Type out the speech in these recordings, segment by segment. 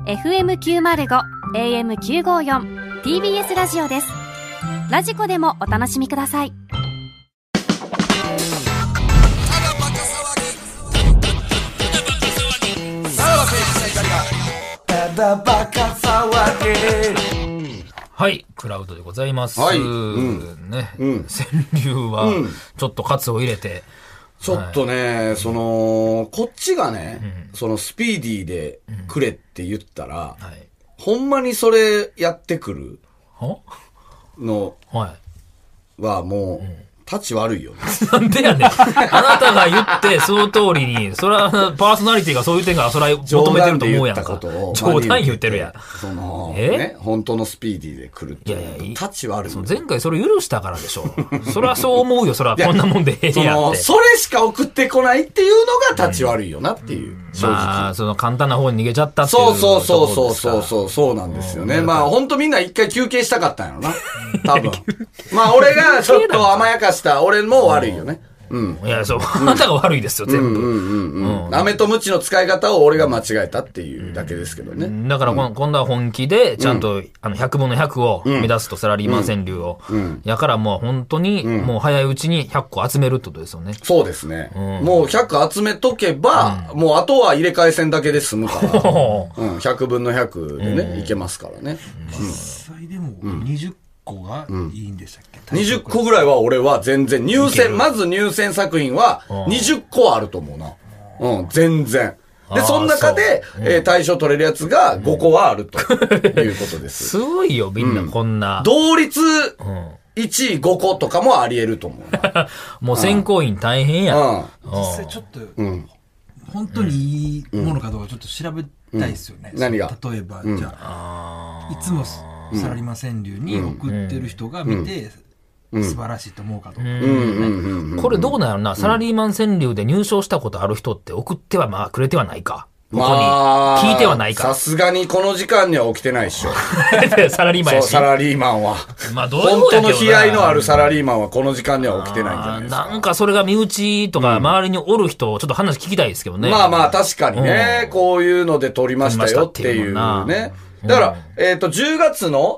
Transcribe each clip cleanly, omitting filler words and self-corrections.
FM905 AM954 TBS ラジオです。ラジコでもお楽しみください。 はい、クラウドでございます。 はい、 ね、川柳はちょっとカツを入れて、 ちょっとね、こっちがね、そのスピーディーでくれって言ったら、ほんまにそれやってくるのはもう、立ち悪いよね。 なんでやねん。あなたが言って、その通りに、それはパーソナリティがそういう点がそれは求めてると思うやんか。冗談言ってるやん。 ね、本当のスピーディーで来るって。立ち悪い。 前回それ許したからでしょ。それはそう思うよ。それはこんなもんでええやんって。 それしか送ってこないっていうのが立ち悪いよなっていう。正直。 まあ、その簡単な方に逃げちゃったっていう。 そうなんですよね。まあ本当みんな一回休憩したかったんやろな。多分。まあ俺がちょっと甘やかした俺も悪いよね。 いや、そう、あなたが悪いですよ、全部。 飴とムチの使い方を俺が間違えたっていうだけですけどね。 だから今度は本気で、ちゃんと、100分の100を目指すと、サラリーマン川柳を。やからもう本当に、もう早いうちに100個集めるってことですよね。 そうですね。もう100集めとけば、もうあとは入れ替え戦だけで済むから。100分の100でね、いけますからね。 実際でも、20個がいいんでしたっけ ？20個ぐらいは俺は全然まず入選作品は20個あると思うな。全然。で、その中で、対象取れるやつが5個はあるということです。 すごいよ、みんなこんな。 同率1位5個とかもあり得ると思う。 もう選考員大変や。 実際ちょっと、本当にいいものかどうかちょっと調べたいですよね。 何が？ 例えば、じゃあ、いつもサラリーマン川柳に送ってる人が見て、素晴らしいと思うかとか。 これどうなんやろな、サラリーマン川柳で入賞したことある人って送ってはまあくれてはないか。ここに聞いてはないか。 さすがにこの時間には起きてないっしょ。 サラリーマンやし。 そう、サラリーマンは。 まあどういうことやけどな。 本当の悲哀のあるサラリーマンはこの時間には起きてないんじゃないですか。 なんかそれが身内とか周りにおる人、ちょっと話聞きたいですけどね。 まあまあ確かにね、こういうので撮りましたよっていうね。だから、10月の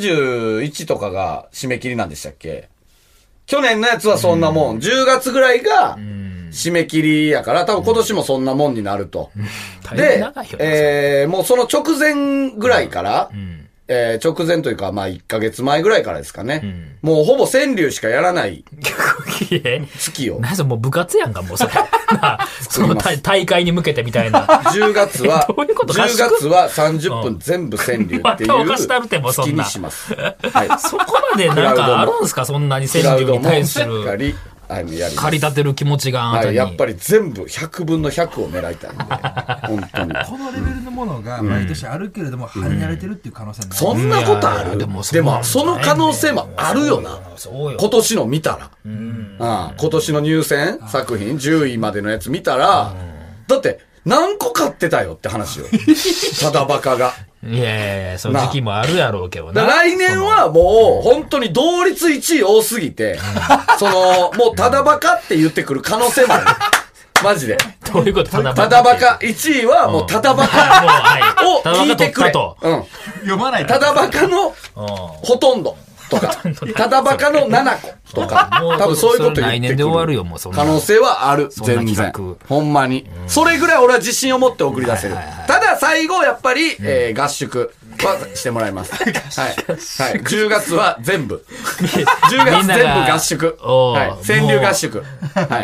31とかが締め切りなんでしたっけ？去年のやつはそんなもん。10月ぐらいが締め切りやから、多分今年もそんなもんになると。で、もうその直前ぐらいから、直前というか、まあ1ヶ月前ぐらいからですかね。もうほぼ川柳しかやらない月を。 何それもう部活やんか、もうそれ。その大会に向けてみたいな。 10月は、10月は30分全部川柳っていう月にします。 そこまでなんかあるんすか、そんなに川柳に対する。駆り立てる気持ちがあなたに。 やっぱり全部100分の100を狙いたいんで。本当に。 このレベルのものが毎年あるけれども、跳ねられてるっていう可能性ない。 そんなことある？でも、その可能性もあるよな。今年の見たら。今年の入選作品、10位までのやつ見たら、だって、何個買ってたよって話よ。ただバカが。 いやいや、その時期もあるやろうけどな。 来年はもう、本当に同率1位多すぎて、もうただバカって言ってくる可能性もある。マジで。 どういうこと？ただバカ。1位はもうただバカを聞いてくれ。 読まないただバカのほとんど。とか、ただバカの7個とか、多分そういうこと言ってくる。 来年で終わるよ、もうそんな。 可能性はある、全然。ほんまに。それぐらい俺は自信を持って送り出せる。ただ最後、やっぱり、合宿はしてもらいます。はい。10月は全部。10月全部合宿。はい。川柳合宿。はい。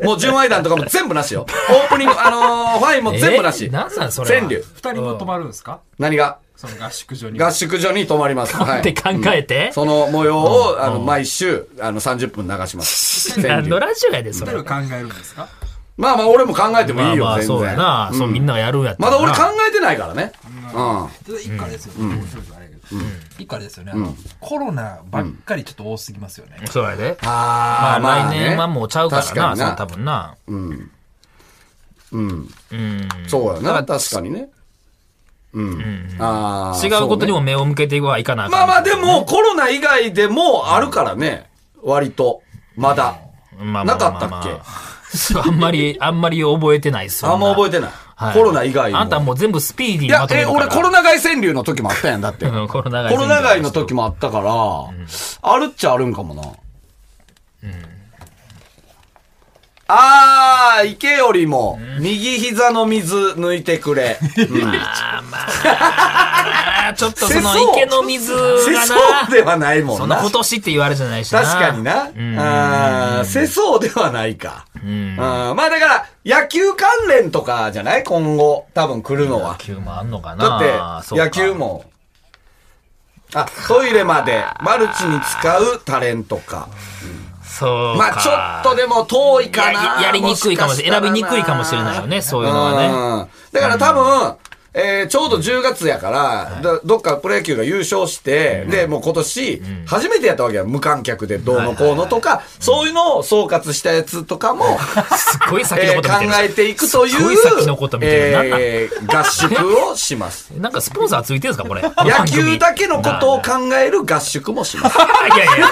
もう純愛団とかも全部なしよ。オープニング、ファインも全部なし。 なんなんそれ。 川柳。 2人も泊まるんですか？ 何が？ その合宿所に。 合宿所に泊まります。 はい。って考えて、 その模様を、毎週、30分流します。 何のラジオやで、それ。 考えるんですか？ まあまあ、俺も考えてもいいよ、全然。 そうやな。そう、みんながやるんやったら。まだ俺考えてないからね。 一個あれですよね。一個あれですよね。コロナばっかりちょっと多すぎますよね。 そうやで。まあ、来年はもうちゃうからな、多分な。 そうやな、確かにね。 違うことにも目を向けてはいかない。 まあまあでもコロナ以外でもあるからね、割とまだなかったっけ？ あんまり覚えてないっすよ。 あんま覚えてない。 はい、 コロナ以外も。 あんたもう全部スピーディーにいやまとめるから。 俺コロナ外川柳の時もあったやん、だって。 コロナ外の時もあったから、あるっちゃあるんかもな。池よりも、右膝の水抜いてくれ。 ちょっとその池の水がな。 世相ではないもんな。 そんな今年って言われじゃないしな。 確かにな。世相ではないか。まあだから、野球関連とかじゃない今後、多分来るのは。 野球もあんのかな。 だって、野球も。トイレまでマルチに使うタレントか。 そうか。 まあちょっとでも遠いかな。 やりにくいかもしれない。選びにくいかもしれないよね、そういうのはね。 だから多分、ちょうど10月やから、どっかプロ野球が優勝して、で、もう今年、初めてやったわけや。無観客でどうのこうのとか、そういうのを総括したやつとかも、 すごい先のこと見てる。 考えていくという、 すごい先のこと見てる合宿をします。 なんかスポンサーついてるんですか、これ。 野球だけのことを考える合宿もします。 いやいや、意味わ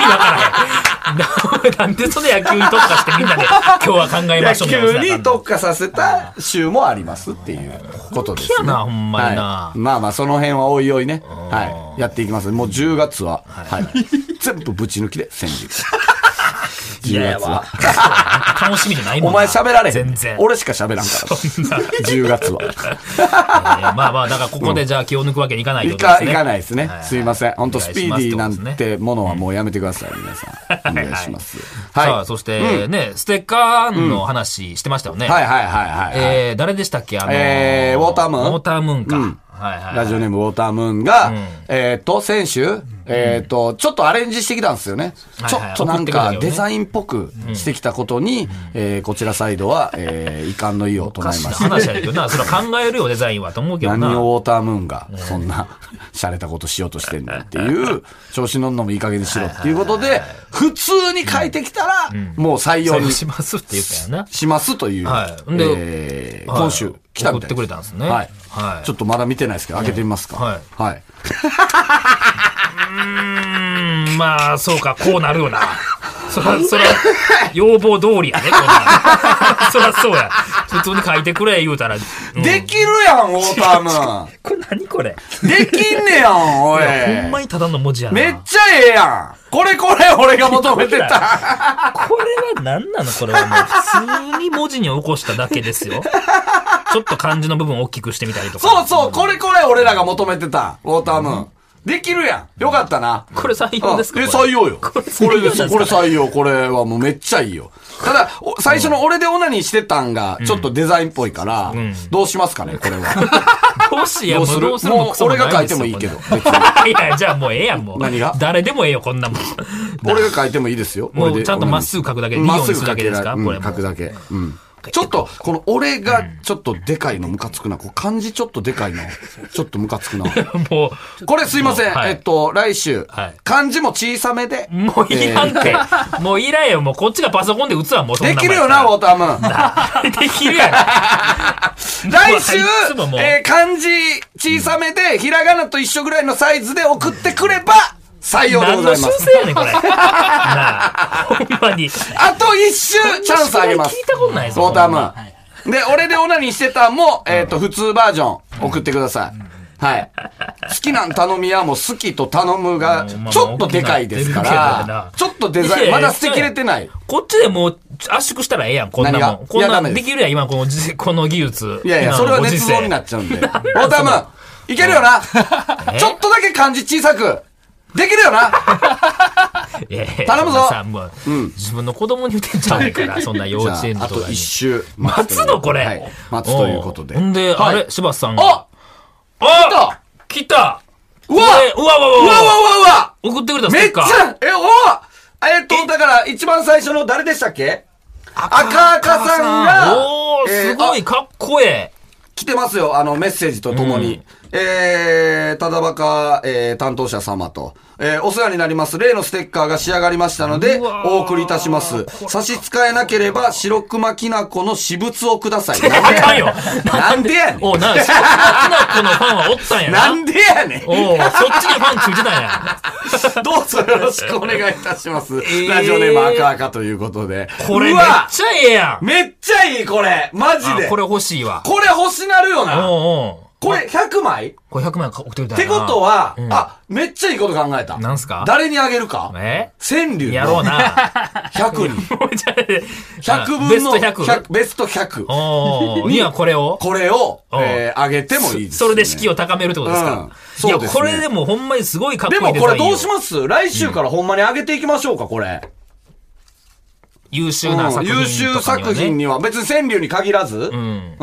からへん。なんでその野球に特化してみんなで今日は考えましょう。 野球に特化させた週もありますっていうことです。 やな、ほんまにな。 まあまあ、その辺はおいおいね。はい。やっていきます。もう10月は、はい。全部ぶち抜きで川柳。10月は。 楽しみじゃないもん。 お前喋られへん。 全然。 俺しか喋らんから。10月は。 まあまあ、だからここでじゃあ気を抜くわけにいかないとですね。 いかないですね。すいません。本当スピーディーなんてものはもうやめてください、皆さん。お願いします。 はい。さあ、そしてね、ステッカーの話してましたよね。 はいはいはいはい。 誰でしたっけウォータームーン。 ウォータームーンか。 ラジオネームウォータームーンが、先週、ちょっとアレンジしてきたんですよね。ちょっとなんかデザインっぽくしてきたことに、こちらサイドは、遺憾の意を唱えました。 話やけどな、それは考えるよ、デザインはと思うけどな。 何をウォータームーンが、そんな、洒落たことしようとしてんだっていう、調子乗んのもいい加減にしろっていうことで、普通に書いてきたら、もう採用にしますって言ったよな。 しますという、今週来たみたいです。 送ってくれたんですね。 はい。ちょっとまだ見てないですけど、開けてみますか。はい。はい。 まあ、そうか、こうなるよな。そら、要望通りやね、こんな。そらそうや。普通に書いてくれ、言うたら。 できるやん、ウォータームーン。 これ何これ。 できんねやん、おい。 ほんまにただの文字やな。 めっちゃええやん。これ、俺が求めてた。 これは何なのこれはもう、普通に文字に起こしただけですよ。ちょっと漢字の部分を大きくしてみたりとか。 そう、これ俺らが求めてた、ウォータームーン。できるやん。よかったな。 これ採用ですか？ 採用よ。これ採用。これはもうめっちゃいいよ。ただ、最初の俺でオナニーしてたんが、ちょっとデザインっぽいから、どうしますかね、これは。 どうするもう俺が書いてもいいけど。 いや、じゃあもうええやん、もう。 何が？ 誰でもええよ、こんなもん。 俺が書いてもいいですよ。 もうちゃんとまっすぐ書くだけで、2行にするだけですか？これ書くだけ。うん。ちょっと、この俺がちょっとでかいのムカつくな。漢字ちょっとでかいの。ちょっとムカつくな。 もう。 これすいません。来週。漢字も小さめで。 もういらんって。もういらんよ。もうこっちがパソコンで打つわ、もうそんな。 できるよな、ウォータームーン。できるやろ。 来週、漢字小さめで、ひらがなと一緒ぐらいのサイズで送ってくれば、採用でございます。 何の修正やねん、これ。なあ、ほんまに。 あと一周チャンスあげます。 聞いたことないぞ。 ウォータームーン。で、俺でオナニーしてたんも、普通バージョン送ってください。はい。好きなん頼みはもう好きと頼むが、ちょっとでかいですから、ちょっとデザイン、まだ捨てきれてない。 こっちでもう圧縮したらええやん、こんなもん。こんなできるやん、今この技術。 いや、それは捏造になっちゃうんで。ウォータームーン、いけるよな。ちょっとだけ漢字小さく。できるよな。頼むぞ。 自分の子供に言ってんじゃないから、そんな幼稚園とかに。 あと一周。 待つのこれ。 待つということで。 ほんで、あれ、柴田さんが。来たうわ送ってくれたステッカー。 めっちゃ、だから一番最初の誰でしたっけ？赤赤さんが、 すごいかっこええ。 来てますよ、メッセージとともに。ただばか、担当者様と、お世話になります。例のステッカーが仕上がりましたので、お送りいたします。差し支えなければ、白熊きなこの私物をください。なんでやねん。 お白熊きなこのファンはおったんやな。 なんでやねん。 そっちにファンついてたんや。 どうぞよろしくお願いいたします。ラジオネーム赤赤ということで。 これめっちゃええやん。 めっちゃいい、これ。マジで。 これ欲しいわ。 これ欲しなるよな。 おうこれ100枚これ100枚送ってみたいな。 ってことは、めっちゃいいこと考えた。 なんすか？ 誰にあげるか？川柳。 やろうな。 100に。100分の100、ベスト100。 いや、これをあげてもいいです。 それで士気を高めるってことですか？いや、これでもほんまにすごいかっこいいデザイン。 でもこれどうします？来週からほんまにあげていきましょうか、これ。 優秀な作品。 優秀作品には、別に川柳に限らず。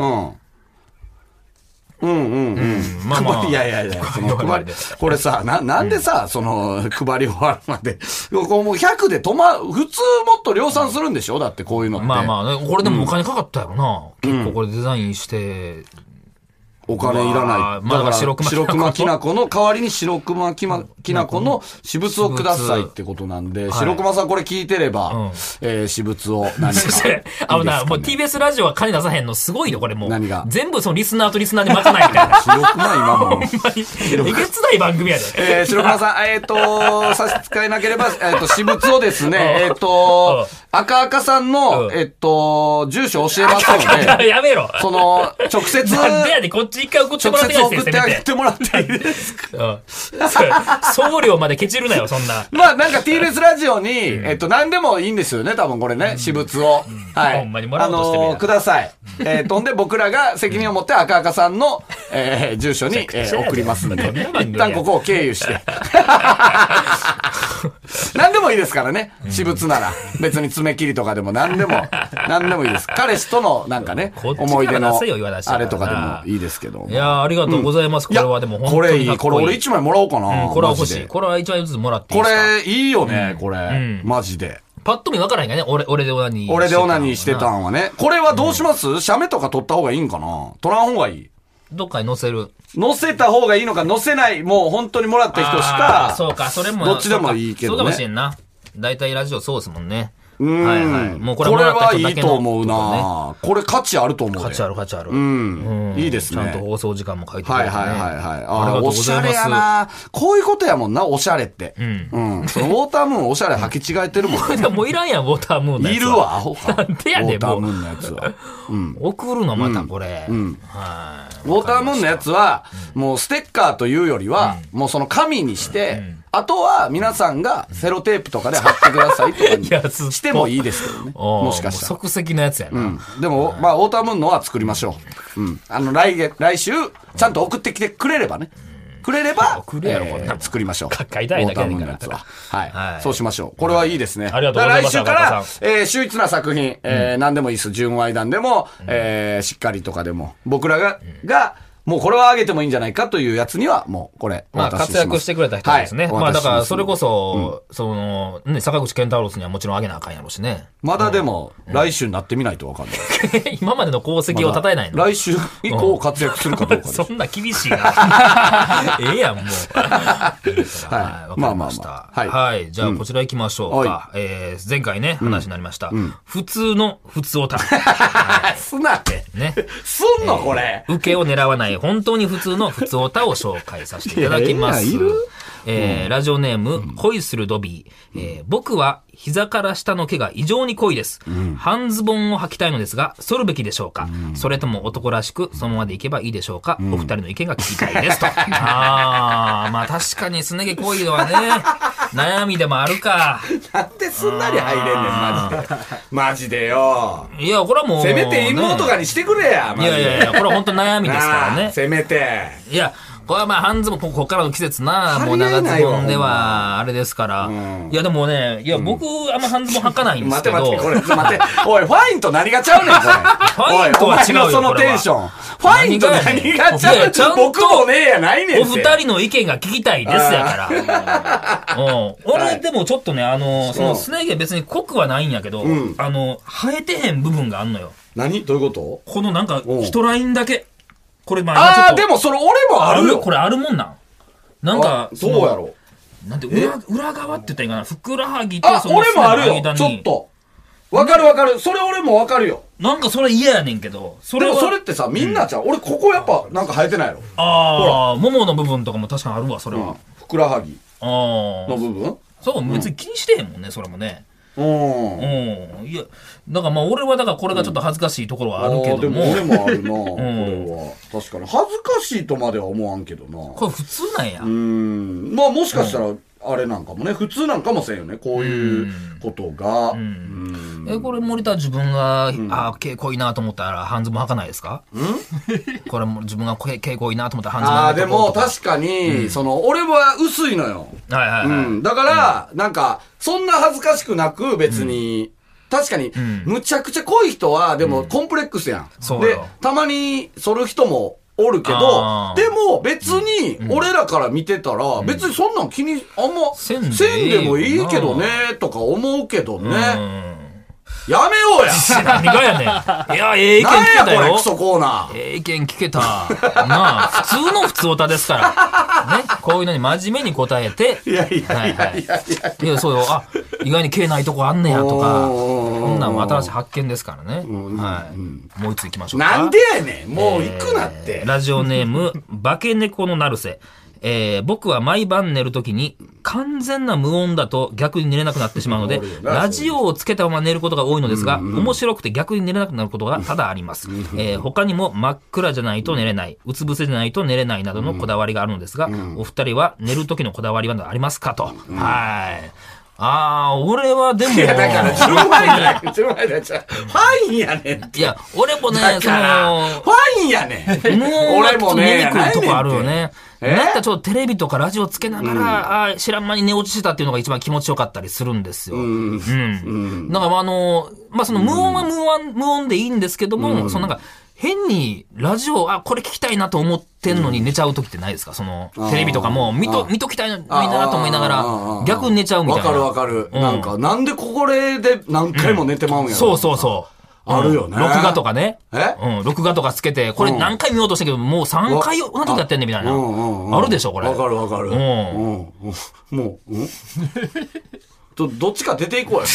まあまあ。いや、その配り、これさ、なんでさ、その、配り終わるまで、もう100で普通もっと量産するんでしょ？だってこういうのって。 まあまあ、これでもお金かかったやろな。結構これデザインして、 お金いらない。だから、白熊きなこの代わりに白熊きなこの私物をくださいってことなんで、白熊さんこれ聞いてれば、私物を何か。 もう TBS ラジオは金出さへんのすごいよ、これもう。 何が？ 全部そのリスナーとリスナーでまかないみたいな。 白熊今も。 ほんまに。えげつない番組やで。 白熊さん、差し支えなければ、私物をですね、赤赤さんの、住所教えますので。 やめろ。 その、直接。 なんでやで、こっち一回送ってもらってください。 直接送ってあげてもらっていいですか？ 送料までケチるなよ、そんな。 まあなんか TBS ラジオに、何でもいいんですよね、多分これね、私物を。はい。 ほんまにもらおうとしてるやん。 ください。ほんで僕らが責任を持って赤赤さんの、住所に、送りますんで。一旦ここを経由して。何でもいいですからね、私物なら。別に爪切りとかでも何でもいいです。彼氏とのなんかね、思い出の、あれとかでもいいですけど。 いやありがとうございます。これはでも本当に。 これいい。これ俺1枚もらおうかな。 これは欲しい。これは1枚ずつもらっていいですか？ これいいよね、これ。マジで。 パッと見分からへんがね、俺でオナニー。 俺でオナニーしてたんはね。これはどうします？写メとか撮った方がいいんかな？撮らん方がいい？ どっかに載せる。 載せた方がいいのか、載せない、もう本当にもらった人しか。 そうか、それも。 どっちでもいいけどね。 そうかもしれんな。大体ラジオそうですもんね。 はいはい。 もうこれはいいと思うな。これ価値あると思う。 価値ある。 いいですね。 ちゃんと放送時間も書いてくれてね。 はい。ありがとうございます。おしゃれやな。こういうことやもんな、おしゃれって。そのウォータームーンおしゃれ履き違えてるもん。 でもいらんやん、ウォータームーンのやつ。 いるわ、アホか。 なんでやねん、 ウォータームーンのやつは。 送るのまたこれ。 ウォータームーンのやつは、もうステッカーというよりは、もうその紙にして、あとは皆さんがセロテープとかで貼ってくださいとかにしてもいいですけどね。もしかしたら。 即席のやつやな。 でも、まあ、ウォータームーンのは作りましょう。来週、ちゃんと送ってきてくれればね。作りましょう。 書いたいだけだから。ウォータームーンのやつは。はい。そうしましょう。これはいいですね。 ありがとうございます。 来週から、秀逸な作品、何でもいいです。純愛談でも、しっかりとかでも、僕らが、もうこれはあげてもいいんじゃないかというやつには、もうこれ。 まあ活躍してくれた人ですね。まあだからそれこそ、その、ね、坂口健太郎にはもちろんあげなあかんやろうしね。 まだでも、来週になってみないとわかんない。 今までの功績を称えないの？ 来週以降活躍するかどうか。 そんな厳しいな。ええやん、もう。はい。わかりました。はい。じゃあこちら行きましょうか。前回ね、話になりました。普通の普通オタ。 すなって。 ね。 すんのこれ。 受けを狙わない本当に普通の普通オタを紹介させていただきます。ラジオネーム、恋するドビー。僕は膝から下の毛が異常に濃いです。半ズボンを履きたいのですが、剃るべきでしょうか？それとも男らしくそのままでいけばいいでしょうか？お二人の意見が聞きたいですと。まあ確かにすね毛濃いのはね、悩みでもあるか。 なんですんなり入れんねん、マジで。マジでよ。 いや、これはもう。 せめて陰謀とかにしてくれや、マジで。 いや、これは本当悩みですからね。 せめて。 いや、これはまあ半ズボン、ここからの季節な、もう長ズボンでは、あれですから。いや、でもね、いや、僕、あんま半ズボン履かないんですけど。 待て、おい、ファインと何がちゃうねん、これ。 ファインとは違うよ、 そのテンション。ファインと何がちゃう僕もねえやないねん。 お二人の意見が聞きたいですやから。俺、でもちょっとね、そのすね毛別に濃くはないんやけど、生えてへん部分があんのよ。 何？どういうこと？ このなんか、一ラインだけ。これでもそれ俺もあるよ。 これあるもんなん。なんか、 どうやろう。 なんで、裏側って言ったらいいかな。ふくらはぎとその俺もあるよ。ちょっと。わかる。それ俺もわかるよ。 なんかそれ嫌やねんけど。 でもそれってさ、みんなちゃう。俺ここやっぱなんか生えてないの。 ももの部分とかも確かにあるわ、それは。 ふくらはぎ。 の部分？ そう、別に気にしてへんもんね、それもね。いや、だからまあ俺はだからこれがちょっと恥ずかしいところはあるけども。 でも俺もあるな、これは。確かに。恥ずかしいとまでは思わんけどな。 これ普通なんや。 まあもしかしたら、あれなんかもね、普通なんかもせんよね、こういうことが。 これ森田自分が、毛濃いなと思ったら半ズボン履かないですか？これも自分が毛濃いなと思ったら半ズボン履かない。 でも確かに、俺は薄いのよ。だから、なんか、そんな恥ずかしくなく別に、確かに、むちゃくちゃ濃い人は、でもコンプレックスやん。で、たまに剃る人も、おるけど、でも別に俺らから見てたら、別にそんなん気にあんませんでもいいけどねとか思うけどね。やめようや。 何がやねん。いや、ええ意見聞けたよ。 何やこれクソコーナー。 ええ意見聞けた。なあ、普通の普通オタですから。ね。こういうのに真面目に答えて。 いや、 そうよ。意外に毛ないとこあんねやとか。こんなんも新しい発見ですからね。もう一つ行きましょうか。 なんでやねん。もう行くなって。 ラジオネーム、化け猫の成瀬。僕は毎晩寝るときに完全な無音だと逆に寝れなくなってしまうので、ラジオをつけたまま寝ることが多いのですが、面白くて逆に寝れなくなることが多々あります。他にも真っ暗じゃないと寝れない、うつ伏せじゃないと寝れないなどのこだわりがあるのですが、お二人は寝るときのこだわりはありますかと。はい。俺はでも。いや、 だから、ファンやねんって。 いや、俺もね、 ファンやねん。 俺もね、寝にくいとこあるよね。なんかちょっとテレビとかラジオつけながら、知らん間に寝落ちしてたっていうのが一番気持ちよかったりするんですよ。だからその無音は無音でいいんですけども、そのなんか、変にラジオ、これ聞きたいなと思ってんのに寝ちゃう時ってないですか？その、テレビとかも見ときたいのになと思いながら、逆に寝ちゃうみたいな。 わかる。なんか、なんでこれで何回も寝てまうんやろ。 そう。 あるよね。 録画とかね。録画とかつけて、これ何回見ようとしたけど、もう3回同じことやってんねんみたいな。あるでしょ、これ。 わかる。もう、どっちか出ていこうよ。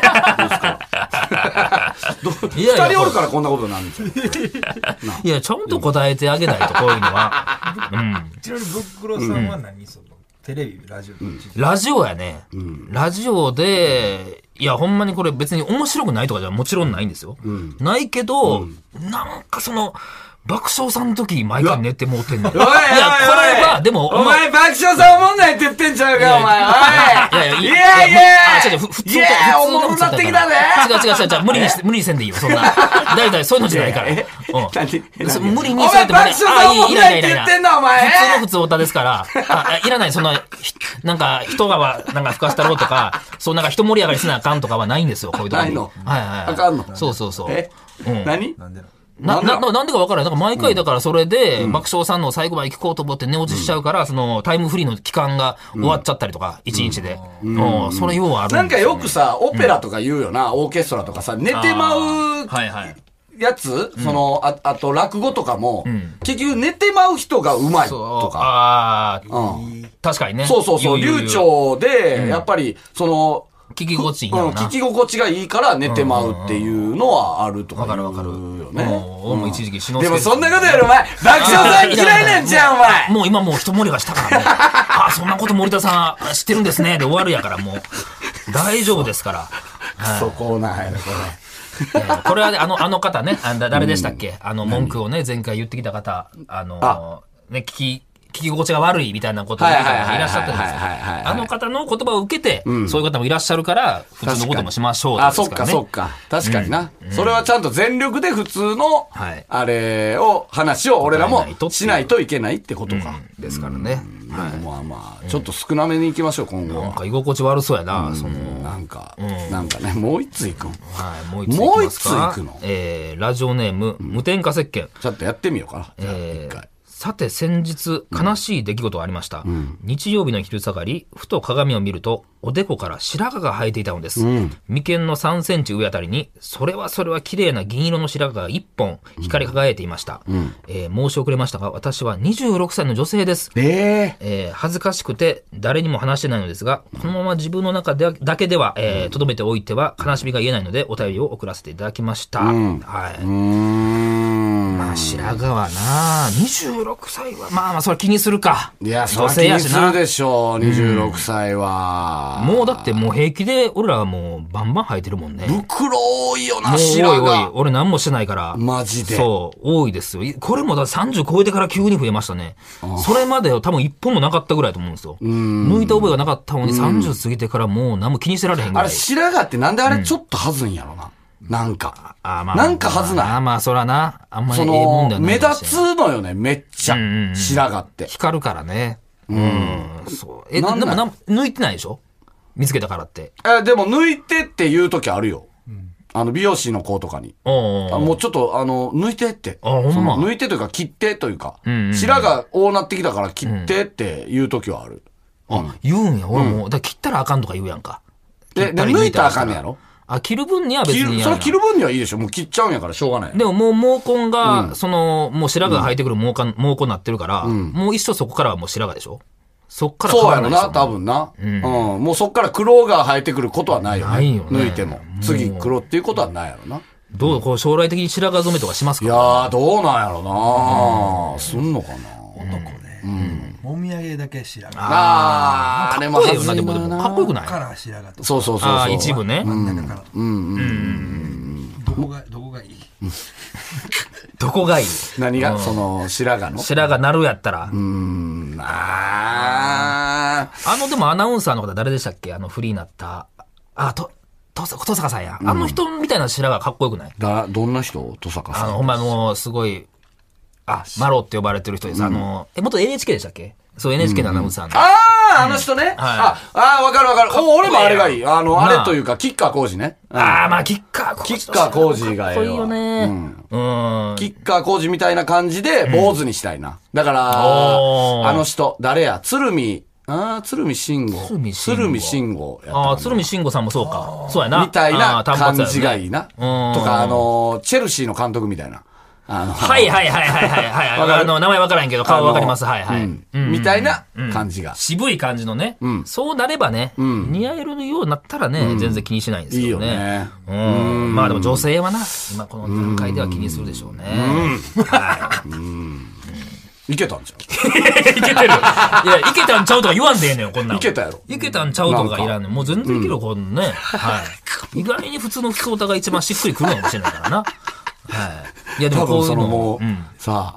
二人おるからこんなことなんですよ。 いや、ちゃんと答えてあげないと、こういうのは。 ちなみに、ブックロさんは何テレビ、ラジオラジオやね。ラジオで、いや、ほんまにこれ別に面白くないとかじゃもちろんないんですよ。ないけど、なんかその、爆笑さんの時毎回寝てもうてんの。いや、これは、でも、 お前爆笑さんおもんないって言ってんちゃうか、お前。いや普通おもろなってきたね。 違う、無理にせんでいいよ、そんな。だいたいそういうのじゃないから。無理にせんでもね。 爆笑さんおもんないって言ってんの、お前。 普通オタですから。いらない、そんな、なんか、人が、なんか吹かしたろうとか、そう、なんか人盛り上がりしなあかんとかはないんですよ、こういうところ。 ないの？ あかんの？ そう。 何？ なんでか分からない。なんか毎回だからそれで、爆笑さんの最後まで聞こうと思って寝落ちしちゃうから、そのタイムフリーの期間が終わっちゃったりとか、1日で。それようあるんですよね。 なんかよくさ、オペラとか言うよな、オーケストラとかさ、寝てまうやつ、あと落語とかも、結局寝てまう人がうまいとか。 確かにね。 そう。流暢で、やっぱり、 聞き心地いいんやろな。 聞き心地がいいから寝てまうっていうのはあるとか。わかるよね。 もう一時期死のでもそんなことやろ、お前。爆笑さん嫌いなんじゃん、お前。 もう今もう一盛りがしたからね。そんなこと森田さん知ってるんですね。で終わるやからもう。大丈夫ですから。 そこなんやね、これ。 これはね、あの方ね、誰でしたっけ？文句をね、前回言ってきた方、ね、聞き心地が悪いみたいなことを言う方がいらっしゃったんですよ。あの方の言葉を受けて、そういう方もいらっしゃるから、普通のこともしましょうそっか。確かにな。それはちゃんと全力で普通の、話を俺らもしないといけないってことか。 ですからね。 まあ、ちょっと少なめに行きましょう、今後は。 なんか居心地悪そうやな、 なんかね、もう一つ行くの。 もう一つ行くの。 ラジオネーム、無添加石鹸。 ちょっとやってみようかな。一回。 さて先日悲しい出来事がありました、日曜日の昼下がりふと鏡を見るとおでこから白髪が生えていたのです、眉間の3センチ上あたりにそれは綺麗な銀色の白髪が1本光り輝いていました、申し遅れましたが私は26歳の女性です、恥ずかしくて誰にも話してないのですがこのまま自分の中でだけでは留めておいては悲しみが言えないのでお便りを送らせていただきました、 まあ白髪はな、26歳は、まあそれ気にするか。 いや、それ気にするでしょう、26歳は。 もうだってもう平気で、俺らはもうバンバン生えてるもんね。 袋多いよな、 もう白多い多い。 髪。 俺何もしてないから。 マジで。 そう、多いですよ。これもだ30超えてから急に増えましたね。それまで多分1本もなかったぐらいと思うんですよ。抜いた覚えがなかったのに30過ぎてからもう何も気にしてられへんぐらい。 あれ、白髪ってなんであれちょっとはずんやろな。なんか。 まあなんかはずない。 まあそらな。あんまりそもんではの、目ないかもしれない。 立つのよね、めっちゃ。白髪って。 光るからね。そう。でも抜いてないでしょ見つけたからって。 でも、抜いてって言うときあるよ。美容師の子とかに。もうちょっと、抜いてって。 ほんま。 抜いてというか、切ってというか。白髪多なってきたから切ってって言うときはある。 言うんや。俺も。だ切ったらあかんとか言うやんか。 で、抜いたらあかんねやろ切る分には別に。 それ切る分にはいいでしょ。もう切っちゃうんやからしょうがない。 でももう毛根が、もう白髪が生えてくる毛根になってるから、もう一生そこからはもう白髪でしょ。そっから変わらないでしょ。 そうやろな、多分な。もうそっから黒が生えてくることはないよね。 ないよね。 抜いても。次黒っていうことはないやろな。 こう将来的に白髪染めとかしますか？ いやー、どうなんやろな。すんのかな。 男ね。もみあげだけ白髪。 あれもかっこいいよな、でもかっこよくない？ カラー白髪とか。 そう。 一部ね。 真ん中から。どこがいい？ どこがいい？ 何がその白髪の白髪なるやったら。でもアナウンサーの方誰でしたっけ？フリーになった。登坂さんや。あの人みたいな白髪かっこよくない？ どんな人？登坂さん。 ほんまもうすごい、マロって呼ばれてる人です。元 NHK でしたっけ？そう、NHK のアナウンサーの。 あの人ね。わかる。俺もあれがいい。あれというか、吉川晃司ね。 まあ、吉川晃司がいいわ。 いいよね。 吉川晃司みたいな感じで、坊主にしたいな。だから、あの人、誰や？鶴見慎吾。鶴見慎吾やった。 鶴見慎吾さんもそうか。そうやな。 みたいな感じがいいな。とか、チェルシーの監督みたいな。 はい。名前わからんけど、顔わかります。はい。 みたいな感じが。 渋い感じのね。そうなればね、似合えるようになったらね、全然気にしないんですけどね。 いいよね。 まあでも女性はな、今この段階では気にするでしょうね。 いけたんちゃう？ いけてる。いや、いけたんちゃうとか言わんでええねんよ、こんなん。 いけたやろ。 いけたんちゃうとかいらんねん。もう全然いけるよ、こんね。はい。意外に普通の普通歌が一番しっくりくるのかもしれないからな。はい。いや、でもこういうのも。 さ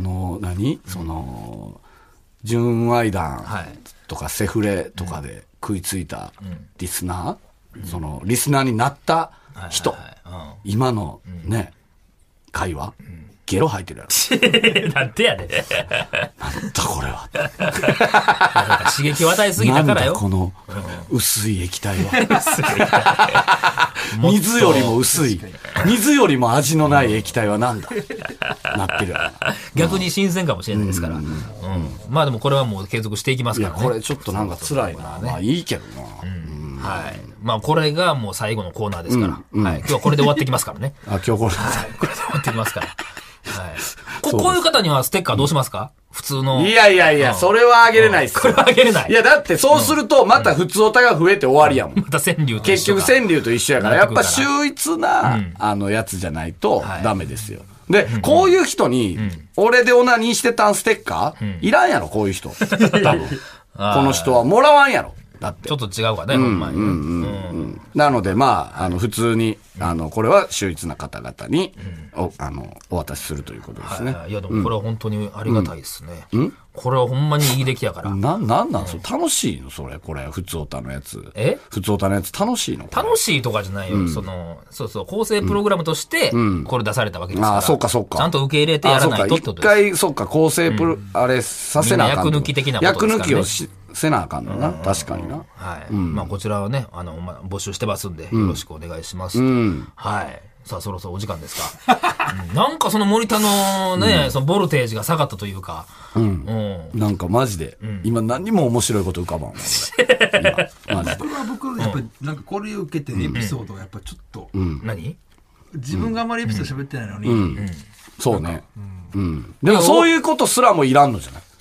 純愛団とかセフレとかで食いついたリスナー、リスナーになった人、今のね、会話、ゲロ吐いてるやろ。 なんてやねん。 なんだこれは。 刺激を与えすぎたからよ。 なんだこの薄い液体は。水よりも薄い。水よりも味のない液体はなんだなってるやろ。 逆に新鮮かもしれないですから。まあでもこれはもう継続していきますからね。 これちょっとなんか辛いな。まあいいけどな。 はい。まあこれがもう最後のコーナーですから。はい。今日はこれで終わってきますからね。 今日これで。 これで終わってきますから。はい。こういう方にはステッカーどうしますか？普通の。 いや、それはあげれないっす。 これはあげれない。 いや、だってそうすると、また普通オタが増えて終わりやもん。 また川柳と結局川柳と一緒やから、やっぱ秀逸な、やつじゃないとダメですよ。で、こういう人に、俺でオナニーしてたんステッカーいらんやろ、こういう人。多分。この人はもらわんやろ。だって。 ちょっと違うかね、ほんまに。 なので、まあ、普通に、これは秀逸な方々に、お渡しするということですね。 いや、でもこれは本当にありがたいですね。これはほんまにいい出来やから。 なんそれ楽しいのそれ、これ、普通オタのやつ。普通オタのやつ楽しいの楽しいとかじゃないよ。そう、構成プログラムとして、これ出されたわけですから。 そうか。ちゃんと受け入れてやらないとってことです。 一回、そうか、構成あれさせなあかん。 役抜き的なことですからね。 役抜きをせなあかんのな。確かにな。 はい。まあ、こちらはね、募集してますんで、よろしくお願いします。はい。さあ、そろそろお時間ですか。なんかその森田のね、そのボルテージが下がったというか。 なんかマジで、今何も面白いこと浮かばんわ。 マジで。僕、やっぱり、なんかこれを受けてエピソードがやっぱちょっと。 何？ 自分があまりエピソード喋ってないのに。 そうね。でもそういうことすらもいらんのじゃない？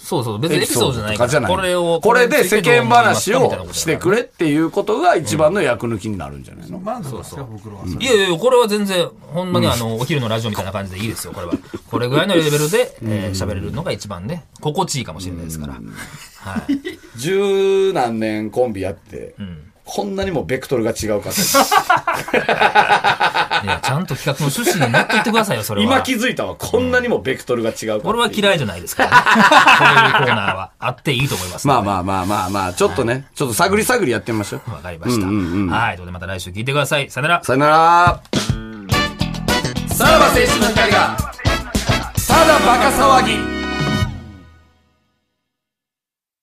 そうそう、別にエピソードじゃないから、 これで世間話をしてくれっていうことが一番の役抜きになるんじゃないの？ そうそう。 いやいや、これは全然、ほんまにお昼のラジオみたいな感じでいいですよ、これは。これぐらいのレベルで喋れるのが一番ね、心地いいかもしれないですから。はい。 十何年コンビやって、こんなにもベクトルが違うかって。 いや、ちゃんと企画の趣旨に乗っといてくださいよ、それは。 今気づいたわ。こんなにもベクトルが違うか。 俺は嫌いじゃないですからね。こういうコーナーはあっていいと思います。 まあ、ちょっとね、ちょっと探りやってみましょう。 わかりました。はい。ということでまた来週聞いてください。さよなら。 さよなら。さらば青春の光が、ただバカ騒ぎ。